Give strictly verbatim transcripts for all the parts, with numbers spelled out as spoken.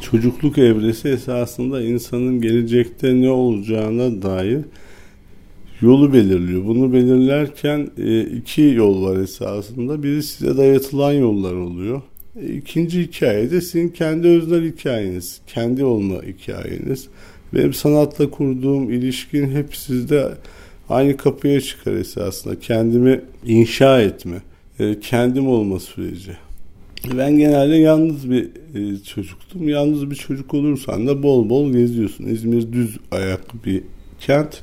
çocukluk evresi esasında insanın gelecekte ne olacağına dair yolu belirliyor. Bunu belirlerken iki yol var esasında. Biri size dayatılan yollar oluyor. İkinci hikaye de sizin kendi öznel hikayeniz, kendi olma hikayeniz. Benim sanatla kurduğum ilişkin hep sizde aynı kapıya çıkar esasında. Kendimi inşa etme, kendim olma süreci. Ben genelde yalnız bir çocuktum. Yalnız bir çocuk olursan da bol bol geziyorsun. İzmir düz ayak bir kent.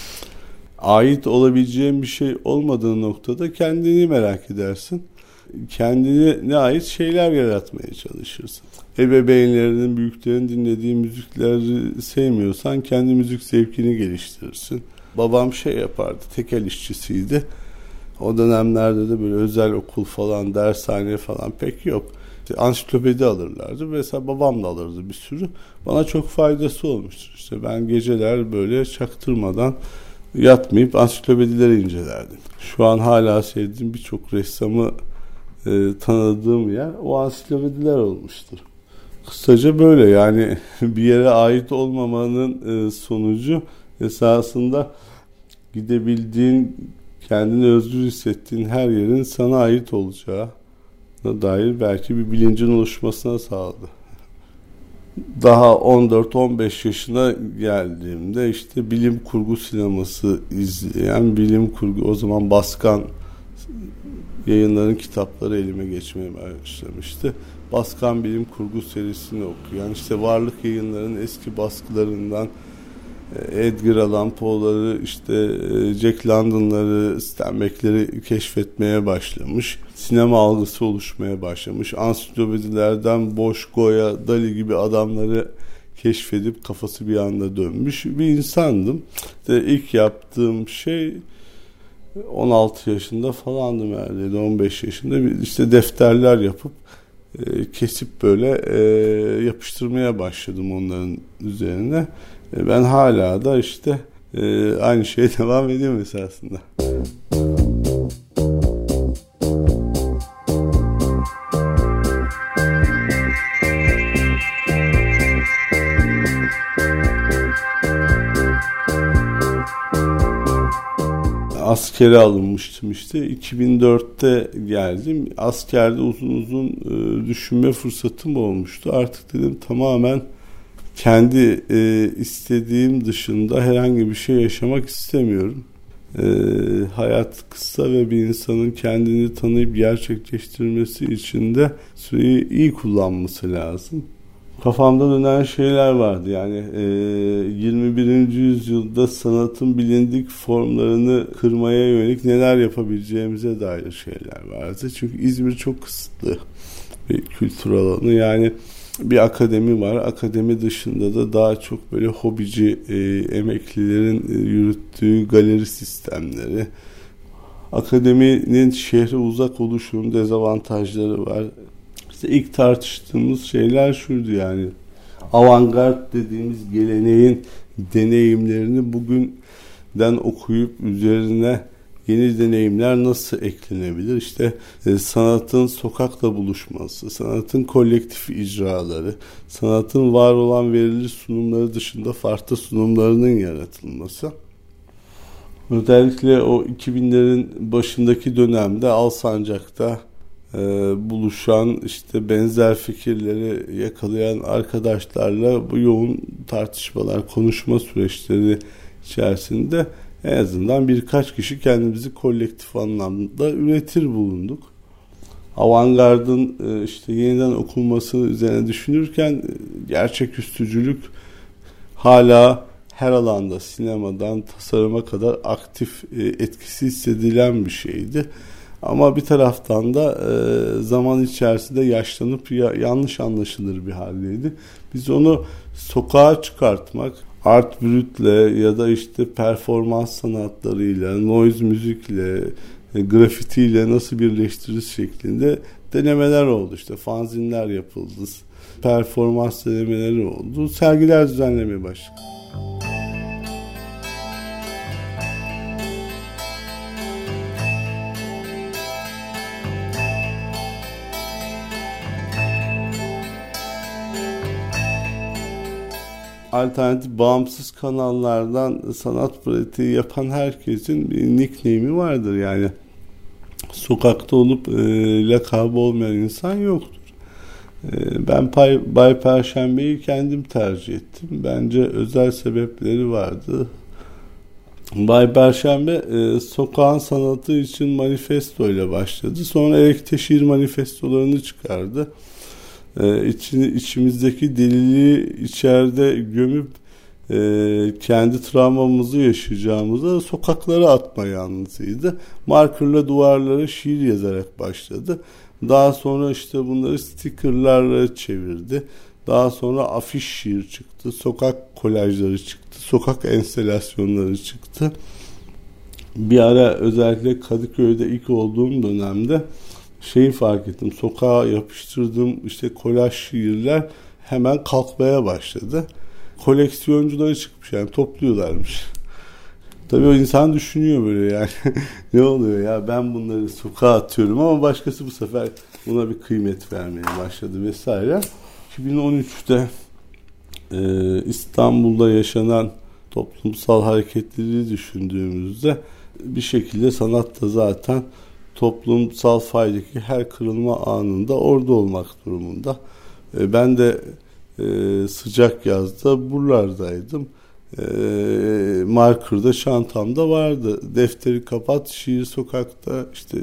Ait olabileceğin bir şey olmadığı noktada kendini merak edersin. Kendine ait şeyler yaratmaya çalışırsın. Ebeveynlerinin, büyüklerin dinlediği müzikleri sevmiyorsan kendi müzik zevkini geliştirirsin. Babam şey yapardı, tekel işçisiydi. O dönemlerde de böyle özel okul falan, dershane falan pek yok. İşte ansiklopedi alırlardı. Mesela babam da alırdı bir sürü. Bana çok faydası olmuştur. İşte ben geceler böyle çaktırmadan yatmayıp ansiklopedileri incelerdim. Şu an hala sevdiğim birçok ressamı e, tanıdığım yer o ansiklopediler olmuştur. Kısaca böyle yani bir yere ait olmamanın e, sonucu esasında gidebildiğin, kendini özgür hissettiğin her yerin sana ait olacağına dair belki bir bilincin oluşmasına sağladı. Daha on dört on beş yaşına geldiğimde işte bilim kurgu sineması izleyen, bilim kurgu, o zaman Baskan Yayınların kitapları elime geçmeye başlamıştı. Baskan bilim kurgu serisini okuyan, işte Varlık Yayınları'nın eski baskılarından Edgar Allan Poe'ları, işte Jack London'ları, Steinbeck'leri keşfetmeye başlamış. Sinema algısı oluşmaya başlamış. Ansiklopedilerden Boş, Goya, Dali gibi adamları keşfedip kafası bir anda dönmüş bir insandım. İşte ilk yaptığım şey on altı yaşında falandım herhalde, on beş yaşında işte defterler yapıp e, kesip böyle e, yapıştırmaya başladım onların üzerine. E, ben hala da işte e, aynı şeye devam ediyorum esasında. Askere alınmıştım işte. iki bin dörtte geldim. Askerde uzun uzun e, düşünme fırsatım olmuştu. Artık dedim tamamen kendi e, istediğim dışında herhangi bir şey yaşamak istemiyorum. E, hayat kısa ve bir insanın kendini tanıyıp gerçekleştirmesi için de süreyi iyi kullanması lazım. Kafamda dönen şeyler vardı yani e, yirmi birinci yüzyılda sanatın bilindik formlarını kırmaya yönelik neler yapabileceğimize dair şeyler vardı. Çünkü İzmir çok kısıtlı bir kültür alanı, yani bir akademi var, akademi dışında da daha çok böyle hobici e, emeklilerin e, yürüttüğü galeri sistemleri. Akademinin şehre uzak oluşunun dezavantajları var. İşte ilk tartıştığımız şeyler şuydu yani. Avantgard dediğimiz geleneğin deneyimlerini bugünden okuyup üzerine yeni deneyimler nasıl eklenebilir? İşte e, sanatın sokakla buluşması, sanatın kolektif icraları, sanatın var olan verili sunumları dışında farklı sunumlarının yaratılması. Özellikle o iki binlerin başındaki dönemde Alsancak'ta e, buluşan, işte benzer fikirleri yakalayan arkadaşlarla bu yoğun tartışmalar, konuşma süreçleri içerisinde en azından birkaç kişi kendimizi kolektif anlamda üretir bulunduk. Avantgardın e, işte yeniden okunması üzerine düşünürken gerçeküstücülük hala her alanda, sinemadan tasarıma kadar aktif e, etkisi hissedilen bir şeydi. Ama bir taraftan da e, zaman içerisinde yaşlanıp ya, yanlış anlaşılır bir haldeydi. Biz onu sokağa çıkartmak, art brütle ya da işte performans sanatlarıyla, noise müzikle, e, grafitiyle nasıl birleştiririz şeklinde denemeler oldu. İşte fanzinler yapıldı, performans denemeleri oldu, sergiler düzenlemeye başladık. alternatif bağımsız kanallardan sanat pratiği yapan herkesin bir nickname'i vardır yani. Sokakta olup e, lakabı olmayan insan yoktur. E, ben Pay, Bay Perşembe'yi kendim tercih ettim. Bence özel sebepleri vardı. Bay Perşembe e, sokağın sanatı için manifesto ile başladı. Sonra Erekte şiir manifestolarını çıkardı. E, içini, içimizdeki deliliği içeride gömüp e, kendi travmamızı yaşayacağımızda sokaklara atma yanlısıydı. Markerla duvarlara şiir yazarak başladı. Daha sonra işte bunları stickerlarla çevirdi. Daha sonra afiş şiir çıktı. Sokak kolajları çıktı. Sokak enstalasyonları çıktı. Bir ara özellikle Kadıköy'de ilk olduğum dönemde şeyi fark ettim. Sokağa yapıştırdığım işte kolaj şiirler hemen kalkmaya başladı. Koleksiyoncuları çıkmış yani topluyorlarmış. Tabii o insan düşünüyor böyle yani ne oluyor ya ben bunları sokağa atıyorum ama başkası bu sefer buna bir kıymet vermeye başladı vesaire. iki bin on üçte e, İstanbul'da yaşanan toplumsal hareketleri düşündüğümüzde bir şekilde sanat da zaten toplumsal faydaki her kırılma anında orada olmak durumunda. E, ben de e, sıcak yazda buralardaydım. E, marker'da çantamda vardı. Defteri kapat, şiir sokakta, işte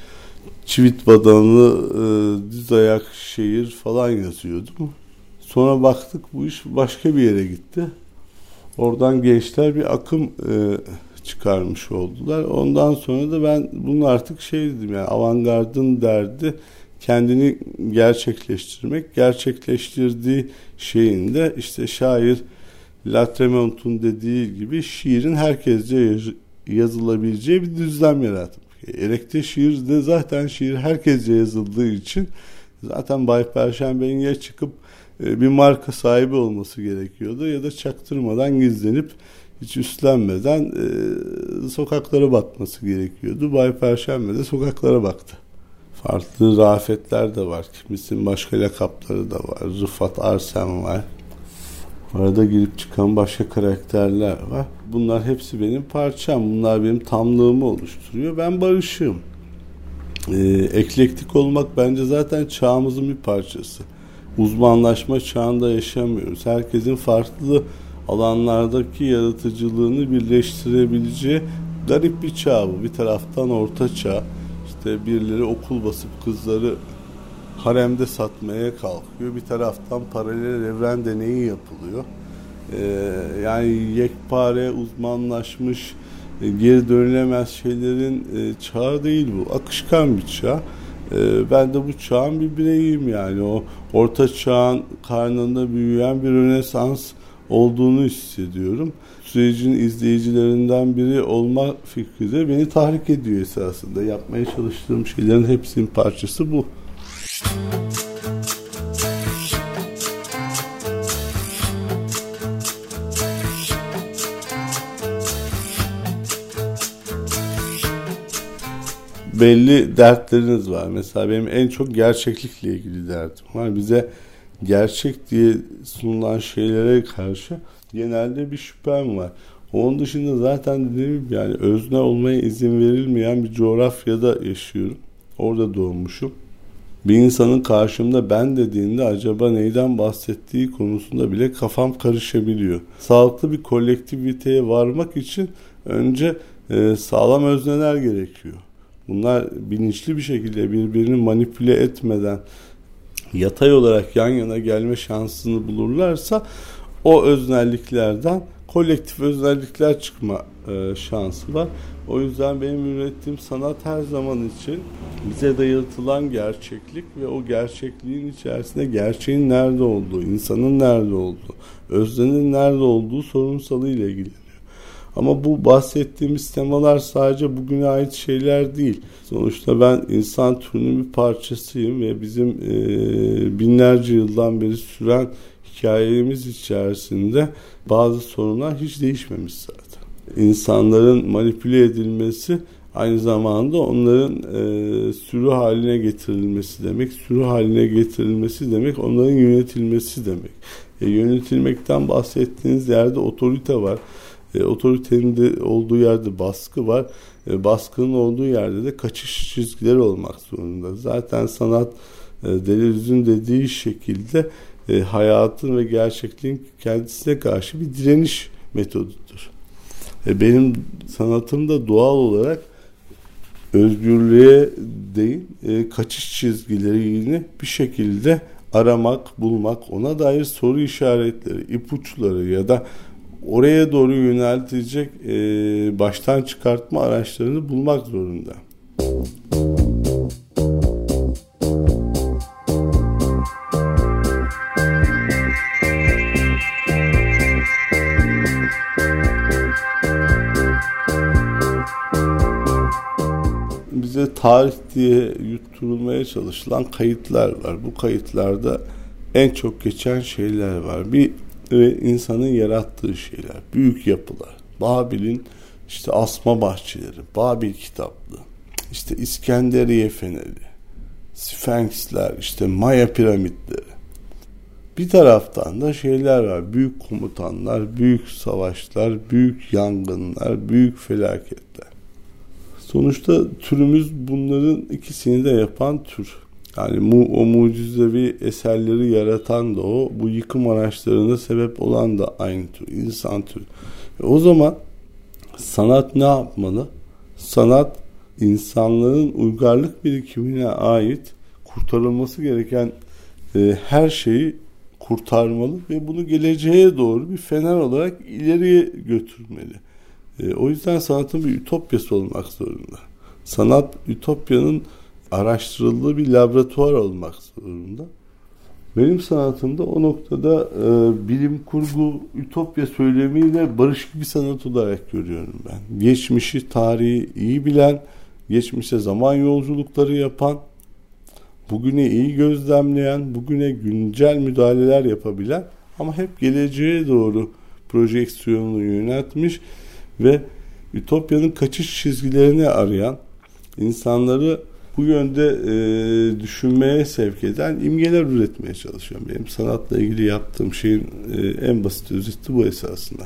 çivit badanlı e, düz ayak şiir falan yazıyordum. Sonra baktık bu iş başka bir yere gitti. Oradan gençler bir akım e, çıkarmış oldular. Ondan sonra da ben bunu artık şey dedim yani avantgardın derdi kendini gerçekleştirmek. Gerçekleştirdiği şeyin de işte şair Latremont'un dediği gibi şiirin herkesce yazılabileceği bir düzlem yaratmak. Erekte şiir de zaten şiir herkesce yazıldığı için zaten Bay Perşembe'nin ya çıkıp bir marka sahibi olması gerekiyordu ya da çaktırmadan gizlenip hiç üstlenmeden e, sokaklara batması gerekiyordu. Bay Perşembe de sokaklara baktı. Farklı rafetler de var. Kimisinin başka lakapları da var. Rıfat Arsen var. Arada girip çıkan başka karakterler var. Bunlar hepsi benim parçam. Bunlar benim tamlığımı oluşturuyor. Ben barışığım. E, eklektik olmak bence zaten çağımızın bir parçası. Uzmanlaşma çağında yaşamıyoruz. Herkesin farklı alanlardaki yaratıcılığını birleştirebileceği garip bir çağ bu. Bir taraftan orta çağ. İşte birileri okul basıp kızları haremde satmaya kalkıyor. Bir taraftan paralel evren deneyi yapılıyor. Ee, yani yekpare, uzmanlaşmış, e, geri dönülemez şeylerin e, çağı değil bu. Akışkan bir çağ. Ee, ben de bu çağın bir bireyiyim yani. O orta çağın karnında büyüyen bir Rönesans olduğunu hissediyorum. Sürecin izleyicilerinden biri olma fikri de beni tahrik ediyor esasında. Yapmaya çalıştığım şeylerin hepsinin parçası bu. Belli dertleriniz var. Mesela benim en çok gerçeklikle ilgili derdim var. Bize gerçek diye sunulan şeylere karşı genelde bir şüphem var. Onun dışında zaten dediğim gibi yani özne olmaya izin verilmeyen bir coğrafyada yaşıyorum. Orada doğmuşum. Bir insanın karşımda ben dediğinde acaba neyden bahsettiği konusunda bile kafam karışabiliyor. Sağlıklı bir kolektiviteye varmak için önce e, sağlam özneler gerekiyor. Bunlar bilinçli bir şekilde birbirini manipüle etmeden yatay olarak yan yana gelme şansını bulurlarsa o öznelliklerden kolektif öznellikler çıkma e, şansı var. O yüzden benim ürettiğim sanat her zaman için bize dayatılan gerçeklik ve o gerçekliğin içerisinde gerçeğin nerede olduğu, insanın nerede olduğu, öznenin nerede olduğu sorunsalıyla ilgileniyor. Ama bu bahsettiğimiz temalar sadece bugüne ait şeyler değil. Sonuçta ben insan türünün bir parçasıyım ve bizim e, binlerce yıldan beri süren hikayemiz içerisinde bazı sorunlar hiç değişmemiş zaten. İnsanların manipüle edilmesi aynı zamanda onların e, sürü haline getirilmesi demek. Sürü haline getirilmesi demek onların yönetilmesi demek. E, yönetilmekten bahsettiğiniz yerde otorite var. E, otoritenin de olduğu yerde baskı var. E, baskının olduğu yerde de kaçış çizgileri olmak zorunda. Zaten sanat e, Deleuze'ün dediği şekilde e, hayatın ve gerçekliğin kendisine karşı bir direniş metodudur. E, benim sanatım da doğal olarak özgürlüğe değil, e, kaçış çizgilerini bir şekilde aramak, bulmak, ona dair soru işaretleri, ipuçları ya da oraya doğru yöneltecek e, baştan çıkartma araçlarını bulmak zorunda. Bize tarih diye yutturulmaya çalışılan kayıtlar var. Bu kayıtlarda en çok geçen şeyler var. Bir ve insanın yarattığı şeyler, büyük yapılar, Babil'in işte asma bahçeleri, Babil kitaplığı, işte İskenderiye feneri, Sfenksler, işte Maya piramitleri. Bir taraftan da şeyler var, büyük komutanlar, büyük savaşlar, büyük yangınlar, büyük felaketler. Sonuçta türümüz bunların ikisini de yapan tür. Yani mu, o mucizevi eserleri yaratan da o, bu yıkım araçlarına sebep olan da aynı tür, insan türü. E o zaman sanat ne yapmalı? Sanat insanların uygarlık birikimine ait kurtarılması gereken e, her şeyi kurtarmalı ve bunu geleceğe doğru bir fener olarak ileriye götürmeli. E, o yüzden sanatın bir ütopyası olmak zorunda. Sanat ütopyanın araştırıldığı bir laboratuvar olmak zorunda. Benim sanatımda o noktada e, bilim kurgu, ütopya söylemiyle barışık bir sanat olarak görüyorum ben. Geçmişi, tarihi iyi bilen, geçmişe zaman yolculukları yapan, bugüne iyi gözlemleyen, bugüne güncel müdahaleler yapabilen ama hep geleceğe doğru projeksiyonunu yöneltmiş ve ütopyanın kaçış çizgilerini arayan, insanları bu yönde e, düşünmeye sevk eden imgeler üretmeye çalışıyorum. Benim sanatla ilgili yaptığım şeyin e, en basit özeti bu esasında.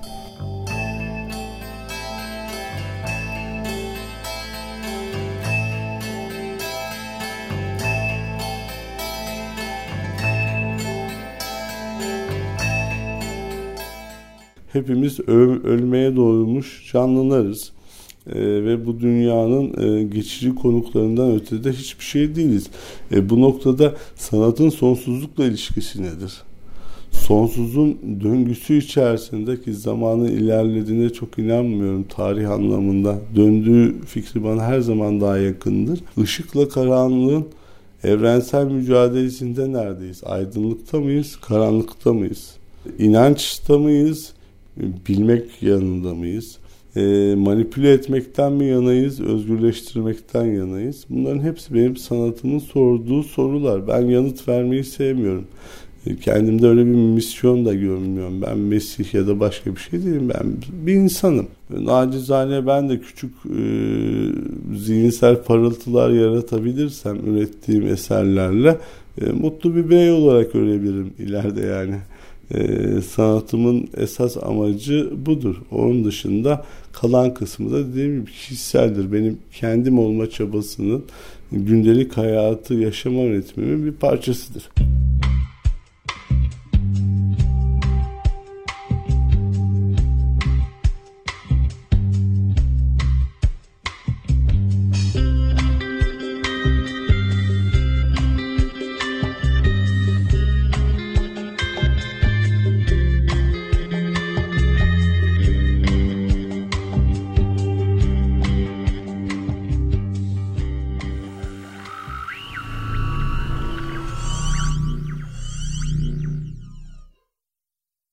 Hepimiz ö- ölmeye doğmuş canlılarız. Ee, ve bu dünyanın e, geçici konuklarından ötede hiçbir şey değiliz. E, bu noktada sanatın sonsuzlukla ilişkisi nedir? Sonsuzun döngüsü içerisindeki zamanın ilerlediğine çok inanmıyorum tarih anlamında. Döndüğü fikri bana her zaman daha yakındır. Işıkla karanlığın evrensel mücadelesinde neredeyiz? Aydınlıkta mıyız? Karanlıkta mıyız? İnançta mıyız? Bilmek yanında mıyız? E, manipüle etmekten mi yanayız, özgürleştirmekten yanayız? Bunların hepsi benim sanatımın sorduğu sorular. Ben yanıt vermeyi sevmiyorum. E, kendimde öyle bir misyon da görmüyorum. Ben Mesih ya da başka bir şey değilim. Ben bir insanım. Nacizane ben de küçük e, zihinsel parıltılar yaratabilirsem ürettiğim eserlerle e, mutlu bir birey olarak ölebilirim ileride yani. Ee, sanatımın esas amacı budur. Onun dışında kalan kısmı da dediğim gibi kişiseldir. Benim kendim olma çabasının gündelik hayatı yaşama ritmimin bir parçasıdır.